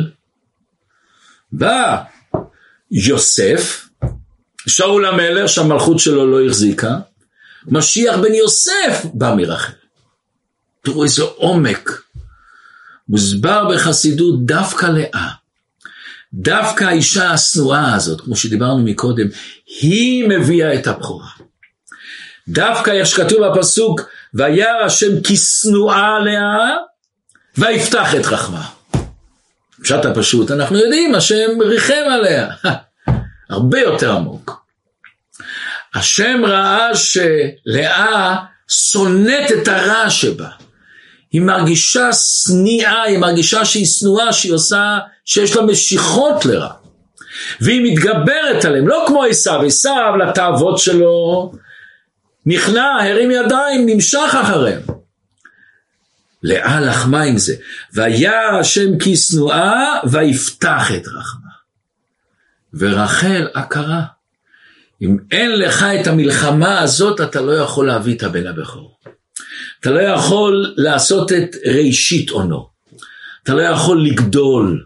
[SPEAKER 1] בא יוסף, שאול המלך שהמלכות שלו לא החזיקה. משיח בן יוסף בא מרחל. תראו איזה עומק. מוסבר בחסידות דווקא לאה. דווקא האישה השנואה הזאת, כמו שדיברנו מקודם, היא מביאה את הבכורה. דווקא איך שכתוב בפסוק, וירא השם כי שנואה לאה, ויפתח את רחמה. פשט הפשוט, אנחנו יודעים, השם ריחם עליה. הרבה יותר עמוק. השם ראה שלאה שונאת את הרע שבה. היא מרגישה שניאה, היא מרגישה שהיא שנואה, שהיא עושה, שיש לה משיכות לרע. והיא מתגברת עליהם, לא כמו עשיו, עשיו לתאוות שלו, נכנע, הרים ידיים, נמשך אחריהם. לאה לחמה עם זה. וירא השם כי שנואה, ויפתח את רחמה. ורחל עקרה. אם אין לך את המלחמה הזאת, אתה לא יכול להביא את הבן הבכור. אתה לא יכול לעשות את ראשית עונו. אתה לא יכול לגדול.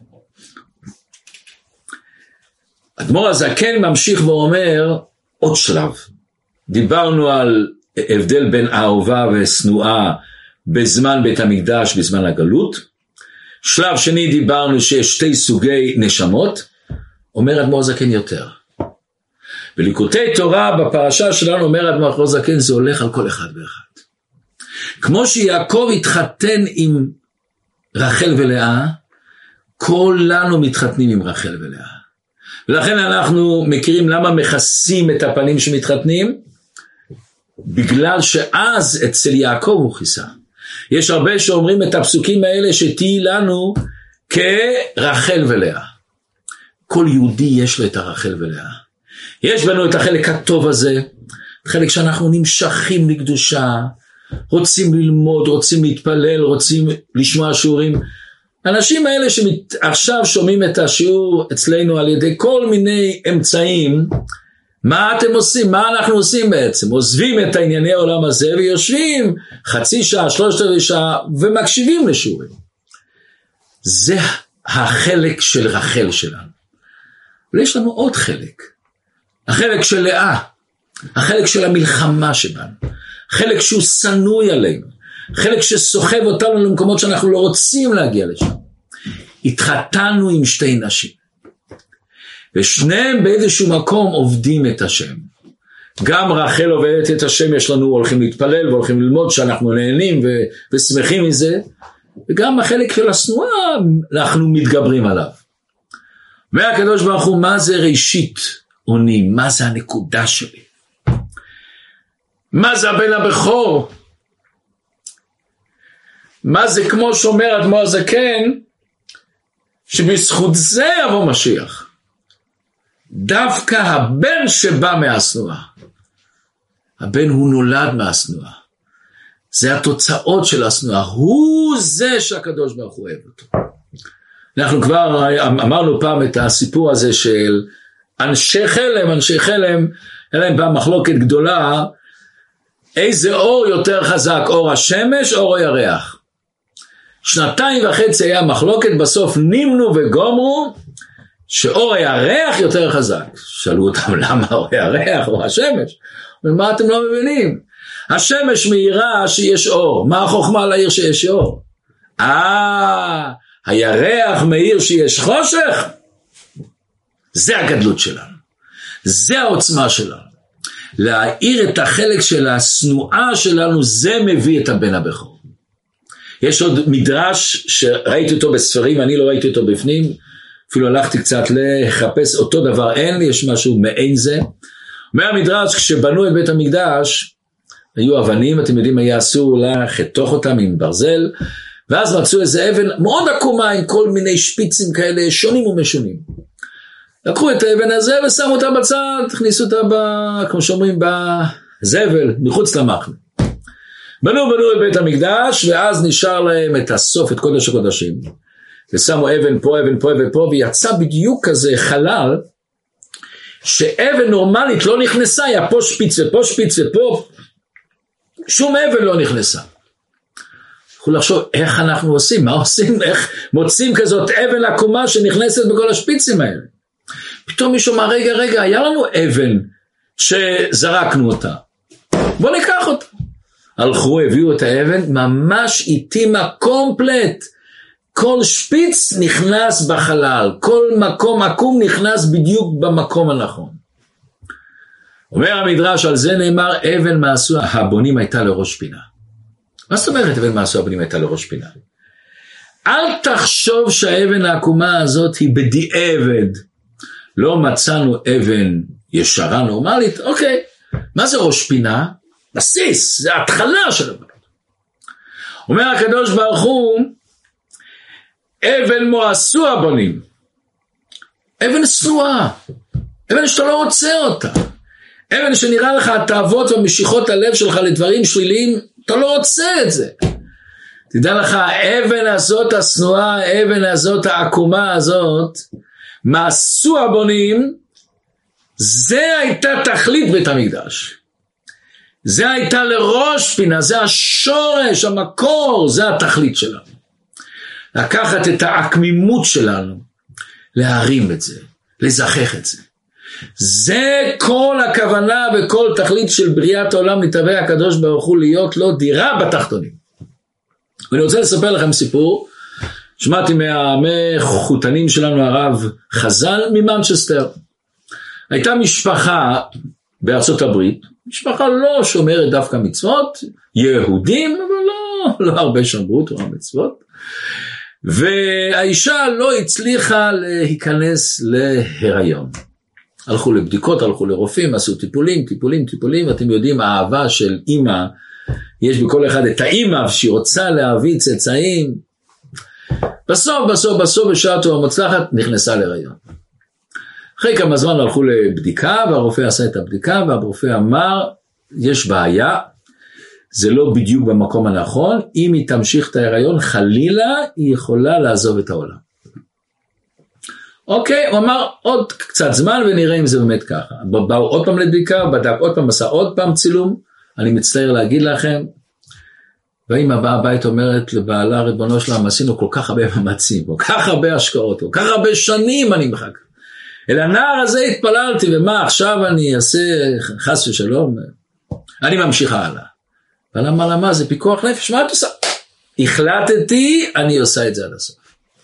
[SPEAKER 1] אדמו"ר הזקן ממשיך ואומר עוד שלב. דיברנו על הבדל בין אהובה ושנואה בזמן בית המקדש, בזמן הגלות. שלב שני דיברנו שיש שתי סוגי נשמות. אומר אדמו"ר הזקן יותר. בליקוטי תורה בפרשה שלנו אומר אדמו"ר הזקן זה הולך על כל אחד ואחד. כמו שיעקב התחתן עם רחל ולאה, כולנו מתחתנים עם רחל ולאה. ולכן אנחנו מכירים למה מכסים את הפנים שמתחתנים, בגלל שאז אצל יעקב הוא כיסה. יש הרבה שאומרים את הפסוקים האלה שתהי לנו כרחל ולאה. כל יהודי יש לו את הרחל ולאה. יש בנו את החלק הטוב הזה, חלק שאנחנו נמשכים לקדושה, רוצים ללמוד, רוצים להתפלל, רוצים לשמוע שיעורים. האנשים האלה שעכשיו שומעים את השיעור אצלנו על ידי כל מיני אמצעים, מה אתם עושים? מה אנחנו עושים בעצם? עוזבים את הענייני העולם הזה ויושבים חצי שעה, שלושת רבעי שעה ומקשיבים לשיעורים. זה החלק של רחל שלנו. ויש לנו עוד חלק. החלק של לאה. החלק של המלחמה שבנו. חלק שהוא סנוי עלינו. חלק שסוחב אותנו למקומות שאנחנו לא רוצים להגיע לשם. התחתנו עם שתי נשים. ושניהם באיזשהו מקום עובדים את השם. גם רחל עובדת את השם, יש לנו הולכים להתפלל והולכים ללמוד שאנחנו נהנים ו- ושמחים מזה. וגם החלק של הסנועה אנחנו מתגברים עליו. והקדוש ברוך הוא, מה זה ראשית עונים? מה זה הנקודה שלי? מה זה הבן הבכור? מה זה כמו שאומר אדמו"ר הזקן, שבזכות זה יבוא משיח. דווקא הבן שבא מהשנואה. הבן הוא נולד מהשנואה. זה התוצאות של השנואה. הוא זה שהקדוש ברוך הוא אוהב אותו. אנחנו כבר אמרנו פעם את הסיפור הזה של אנשי חלם, אנשי חלם, היה להם במחלוקת גדולה, איזה אור יותר חזק, אור השמש או אור הירח. שנתיים וחצי היה מחלוקת, בסוף נימנו וגומרו, שאור הירח יותר חזק. שאלו אותם למה אור הירח או השמש? ומה אתם לא מבינים? השמש מאירה שיש אור, מה החוכמה להעיר שיש אור? אה, הירח מאיר שיש חושך? זה הגדלות שלנו, זה העוצמה שלנו. להאיר את החלק של הסנועה שלנו, זה מביא את הבן הבכור. יש עוד מדרש שראיתי אותו בספרים, אני לא ראיתי אותו בפנים, אפילו הלכתי קצת לחפש אותו דבר, אין לי, יש משהו מעין זה. אומר המדרש, כשבנו את בית המקדש, היו אבנים, אתם יודעים, היה אסור לחתוך אותם עם ברזל, ואז מצאו איזה אבן מאוד עקומה, עם כל מיני שפיצים כאלה, שונים ומשונים. לקחו את האבן הזה ושמו אותה בצד, הכניסו אותה, ב, כמו שאומרים, בזבל, מחוץ למחנה. בנו בנו את בית המקדש, ואז נשאר להם את הסוף, את קודש הקודשים. ושמו אבן פה, אבן פה, אבן פה, ויצא בדיוק כזה חלל, שאבן נורמלית לא נכנסה, היה פה שפיץ ופה שפיץ ופה, שום אבן לא נכנסה. יכולו לחשוב, איך אנחנו עושים, מה עושים, איך מוצאים כזאת אבן עקומה שנכנסת בכל השפיצים האלה. פתאום מישהו אמר, רגע, רגע, היה לנו אבן שזרקנו אותה. בוא ניקח אותה. הלכו, הביאו את האבן, ממש איתימה קומפלט. כל שפיץ נכנס בחלל, כל מקום עקום נכנס בדיוק במקום הנכון. אומר המדרש, על זה נאמר, אבן מעשו הבונים הייתה לראש פינה. מה זאת אומרת אבן מעשו הבונים הייתה לראש פינה? אל תחשוב שהאבן העקומה הזאת היא בדיעבד. לא מצאנו אבן ישרה נורמלית, אוקיי, מה זה ראש פינה? בסיס, זה התחלה של הבנות. אומר הקדוש ברוך הוא, אבן מועשו הבונים, אבן סנועה, אבן שאתה לא רוצה אותה, אבן שנראה לך התאוות ומשיכות הלב שלך לדברים שליליים, אתה לא רוצה את זה. תדע לך, האבן הזאת הסנועה, האבן הזאת העקומה הזאת, מעשו הבונים, זה הייתה תכלית בית המקדש. זה הייתה לראש פינה, זה השורש, המקור, זה התכלית שלנו. לקחת את העקמימות שלנו, להרים את זה, לזכח את זה. זה כל הכוונה וכל תכלית של בריאת העולם, נתהווה הקדוש ברוך הוא להיות לו דירה בתחתונים. ואני רוצה לספר לכם סיפור, שמעתי מהחותנים שלנו הרב חזן ממנצ'סטר. הייתה משפחה בארצות הברית, משפחה לא שומרת דווקא מצוות, יהודים, אבל לא, לא הרבה שמרו תורה מצוות, והאישה לא הצליחה להיכנס להיריון. הלכו לבדיקות, הלכו לרופאים, עשו טיפולים, טיפולים, טיפולים, ואתם יודעים, האהבה של אמא, יש בכל אחד את האמא, שהיא רוצה להביא צאצאים, בסוף, בסוף, בסוף, בשעה טובה מוצלחת, נכנסה להיריון. אחרי כמה זמן הלכו לבדיקה, והרופא עשה את הבדיקה, והרופא אמר, יש בעיה, זה לא בדיוק במקום הנכון, אם היא תמשיך את ההיריון, חלילה, היא יכולה לעזוב את העולם. אוקיי, הוא אמר, עוד קצת זמן, ונראה אם זה באמת ככה. באו עוד פעם לבדיקה, בדק עוד פעם, עשה עוד פעם צילום, אני מצטער להגיד לכם, ואמא באה הבית אומרת לבעלה, ריבונו שלם, עשינו כל כך הרבה מאמצים, כל כך הרבה השקעות, כל כך הרבה שנים אני מחכה. אל הנער הזה התפללתי, ומה עכשיו אני אעשה חס ושלום? אני ממשיכה הלאה. אבל אמר לה, מה זה פיקוח נפש? מה את עושה? החלטתי, אני עושה את זה עד הסוף.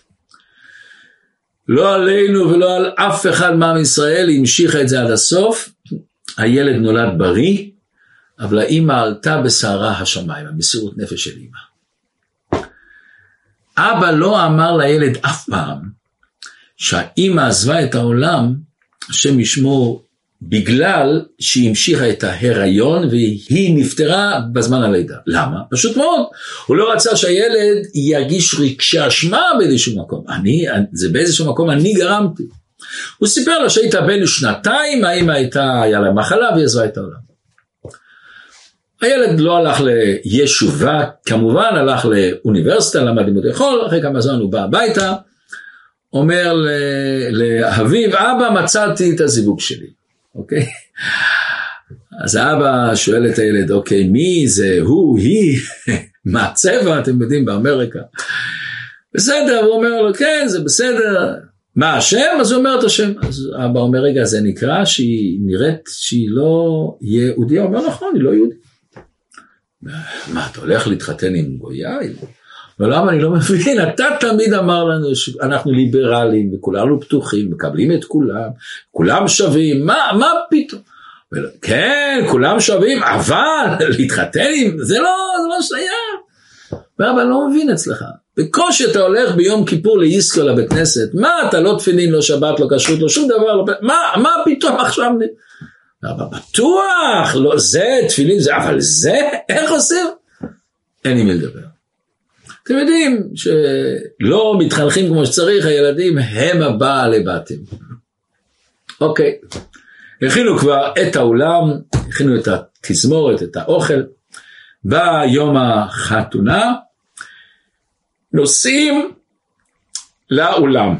[SPEAKER 1] לא עלינו ולא על אף אחד מעם ישראל, היא המשיכה את זה עד הסוף. הילד נולד בריא, אבל האמא עלתה בשערה השמיים, במסירות נפש של אמא. אבא לא אמר לילד אף פעם, שהאמא עזבה את העולם, השם ישמור, בגלל שהיא המשיכה את ההיריון, והיא נפטרה בזמן הלידה. למה? פשוט מאוד. הוא לא רצה שהילד ירגיש רגשי אשמה באיזשהו מקום. אני, זה באיזשהו מקום אני גרמתי. הוא סיפר לה שהייתה בין שנתיים, האמא הייתה, היה לה מחלה, והיא עזבה את העולם. הילד לא הלך לישובה, כמובן הלך לאוניברסיטה, למד לימודי חול, אחרי כמה זמן הוא בא הביתה, אומר לאביו, אבא מצאתי את הזיווג שלי, אוקיי? אז האבא שואל את הילד, אוקיי, מי זה, הוא, היא, מה הצבע, אתם יודעים, באמריקה. בסדר, הוא אומר לו, כן, זה בסדר, מה השם? אז הוא אומר את השם. אז אבא אומר, רגע, זה נקרא שהיא נראית שהיא לא יהודיה, הוא אומר, נכון, היא לא יהודיה. מה, אתה הולך להתחתן עם גויה? אבל למה אני לא מבין, אתה תמיד אמר לנו שאנחנו ליברלים, וכולנו פתוחים, מקבלים את כולם, כולם שווים, מה, מה פתאום? כן, כולם שווים, אבל להתחתן עם, זה לא, זה לא שייך. ואבא לא מבין אצלך. בקושי אתה הולך ביום כיפור לאיסקו לבית כנסת, מה אתה לא תפילין, לא שבת, לא כשרות, לא שום דבר, לא, מה, מה פתאום עכשיו? אבל בטוח, לא, זה תפילין, זה, אבל זה, איך עושים? אין לי מי לדבר. אתם יודעים שלא מתחנכים כמו שצריך, הילדים הם הבעלי בתים. אוקיי, הכינו כבר את האולם, הכינו את התזמורת, את האוכל, ביום החתונה, נוסעים לאולם.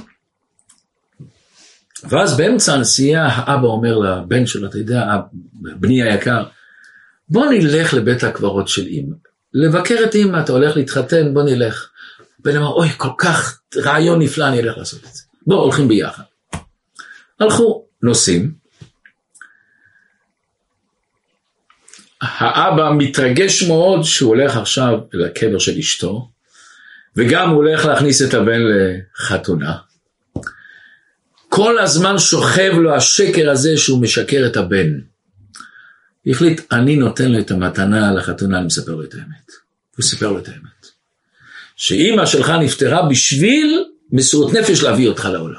[SPEAKER 1] ואז באמצע הנסיעה, האבא אומר לבן שלו, אתה יודע, בני היקר, בוא נלך לבית הקברות של אמא. לבקר את אמא, אתה הולך להתחתן, בוא נלך. בן אמר, אוי, כל כך רעיון נפלא, אני אלך לעשות את זה. בוא, הולכים ביחד. הלכו, נוסעים. האבא מתרגש מאוד שהוא הולך עכשיו לקבר של אשתו, וגם הוא הולך להכניס את הבן לחתונה. כל הזמן שוכב לו השקר הזה שהוא משקר את הבן. החליט, אני נותן לו את המתנה לחתונה, אני מספר לו את האמת. הוא סיפר לו את האמת. שאמא שלך נפטרה בשביל מסירות נפש להביא אותך לעולם.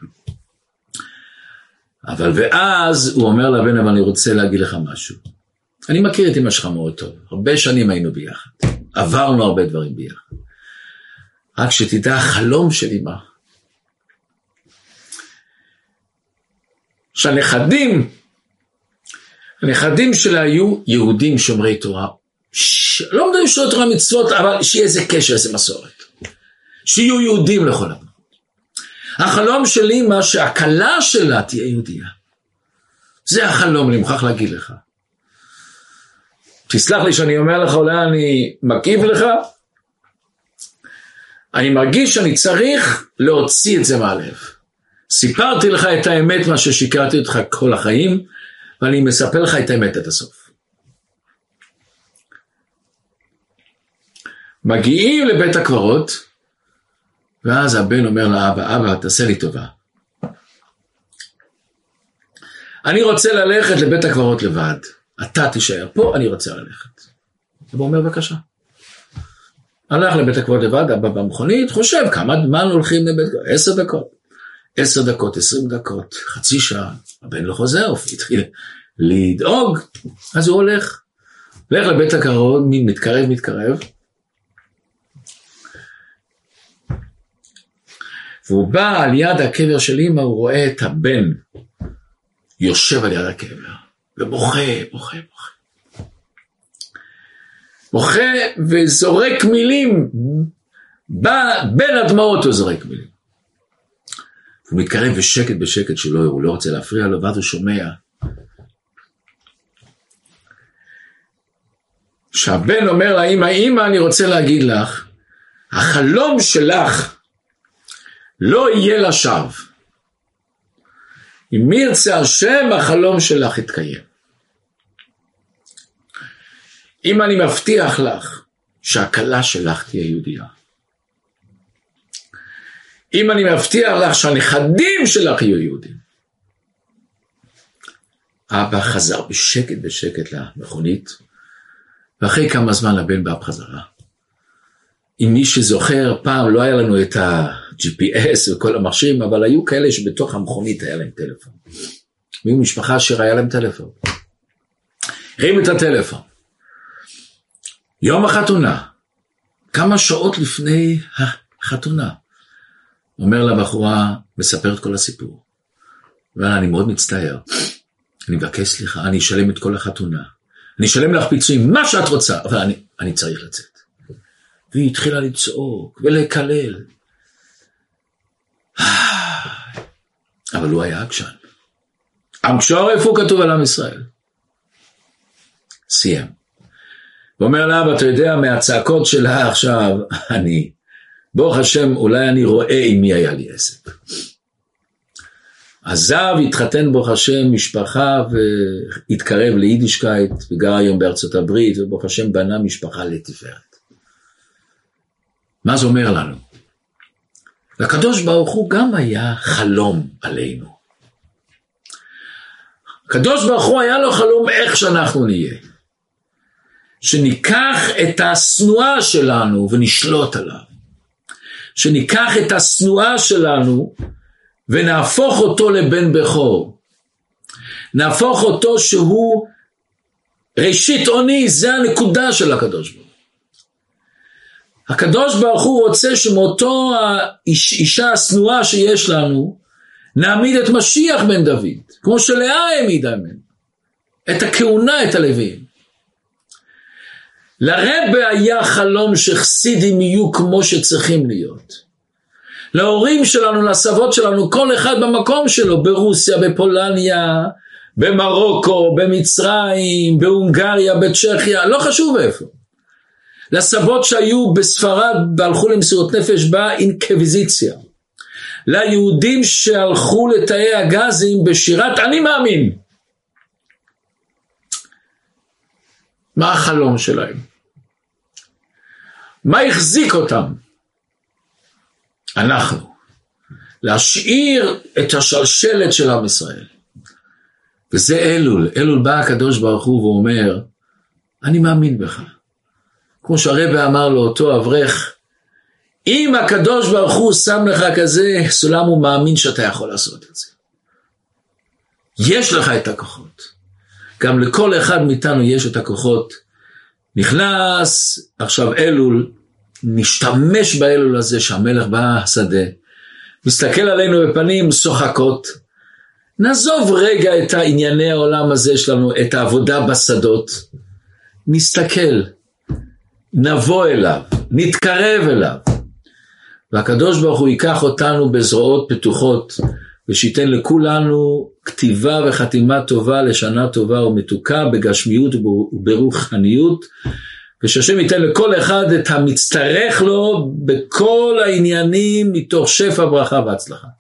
[SPEAKER 1] אבל ואז הוא אומר לבן, אבל אני רוצה להגיד לך משהו. אני מכיר את אמא שלך מאוד טוב. הרבה שנים היינו ביחד. עברנו הרבה דברים ביחד. רק שתדע, החלום של אמא, שהנכדים, הנכדים שלה היו יהודים שומרי תורה, ש... לא מדברים שומרי תורה מצוות, אבל שיהיה איזה קשר, איזה מסורת, שיהיו יהודים לכל דבר. החלום של אמא שהכלה שלה תהיה יהודיה, זה החלום, אני מוכרח להגיד לך. תסלח לי שאני אומר לך, אולי אני מקיב לך, אני מרגיש שאני צריך להוציא את זה מהלב. סיפרתי לך את האמת, מה ששיקרתי אותך כל החיים, ואני מספר לך את האמת עד הסוף. מגיעים לבית הקברות, ואז הבן אומר לאבא, אבא, תעשה לי טובה. אני רוצה ללכת לבית הקברות לבד. אתה תישאר פה, אני רוצה ללכת. אבא אומר, בבקשה. הלך לבית הקברות לבד, אבא במכונית, חושב כמה זמן הולכים לבית הקברות, עשר דקות. עשר דקות, עשרים דקות, חצי שעה, הבן לא חוזר, התחיל לדאוג, אז הוא הולך, הולך לבית הקברות, מתקרב, מתקרב, והוא בא על יד הקבר של אמא, הוא רואה את הבן, יושב על יד הקבר, ובוכה, בוכה, בוכה. בוכה וזורק מילים, בין הדמעות הוא זורק מילים. הוא מתקרב בשקט בשקט שלו, הוא לא רוצה להפריע לו, ואז הוא שומע. שהבן אומר לאמא, אמא, אני רוצה להגיד לך, החלום שלך לא יהיה לשווא. אם מי ירצה השם, החלום שלך יתקיים. אם אני מבטיח לך שהכלה שלך תהיה יהודיה. אם אני מבטיח לך שהנכדים שלך יהיו יהודים. אבא חזר בשקט בשקט למכונית, ואחרי כמה זמן הבן בא בחזרה. אם מי שזוכר, פעם לא היה לנו את ה-ג'י פי אס וכל המכשירים, אבל היו כאלה שבתוך המכונית היה להם טלפון. היו משפחה שראה להם טלפון. הרים את הטלפון. יום החתונה, כמה שעות לפני החתונה, אומר לבחורה, מספר את כל הסיפור. ואני מאוד מצטער, אני מבקש סליחה, אני אשלם את כל החתונה, אני אשלם לך פיצויים, מה שאת רוצה, אבל אני, אני צריך לצאת. והיא התחילה לצעוק ולקלל. אבל הוא היה עקשן. עם קשור, איפה הוא כתוב על עם ישראל? סיים. ואומר לה, אתה יודע, מהצעקות שלה עכשיו, אני, ברוך השם, אולי אני רואה עם מי היה לי עסק. עזב, התחתן ברוך השם, משפחה, והתקרב ליידישקייט, וגר היום בארצות הברית, וברוך השם בנה משפחה לתפארת. מה זה אומר לנו? לקדוש ברוך הוא גם היה חלום עלינו. הקדוש ברוך הוא היה לו חלום איך שאנחנו נהיה. שניקח את הסנועה שלנו ונשלוט עליו. שניקח את הסנועה שלנו ונהפוך אותו לבן בכור. נהפוך אותו שהוא ראשית עוני, זה הנקודה של הקדוש ברוך הוא. הקדוש ברוך הוא רוצה שמאותו האיש, אישה הסנועה שיש לנו, נעמיד את משיח בן דוד, כמו שלאה העמידה ממנו, את הכהונה, את הלוויים. לרבה היה חלום שחסידים יהיו כמו שצריכים להיות. להורים שלנו, לסבות שלנו, כל אחד במקום שלו, ברוסיה, בפולניה, במרוקו, במצרים, בהונגריה, בצ'כיה, לא חשוב איפה. לסבות שהיו בספרד והלכו למסירות נפש באינקוויזיציה. ליהודים שהלכו לתאי הגזים בשירת אני מאמין. מה החלום שלהם? מה החזיק אותם? אנחנו. להשאיר את השלשלת של עם ישראל. וזה אלול. אלול בא הקדוש ברוך הוא ואומר, אני מאמין בך. כמו שהרבי אמר לו אותו אברך, אם הקדוש ברוך הוא שם לך כזה סולם, הוא מאמין שאתה יכול לעשות את זה. יש לך את הכוחות. גם לכל אחד מאיתנו יש את הכוחות. נכנס עכשיו אלול, נשתמש באלול הזה שהמלך בשדה, מסתכל עלינו בפנים שוחקות, נעזוב רגע את הענייני העולם הזה שלנו, את העבודה בשדות, נסתכל, נבוא אליו, נתקרב אליו, והקדוש ברוך הוא ייקח אותנו בזרועות פתוחות, ושיתן לכולנו כתיבה וחתימה טובה לשנה טובה ומתוקה, בגשמיות וברוחניות, ושהשם ייתן לכל אחד את המצטרך לו בכל העניינים מתוך שפע ברכה והצלחה.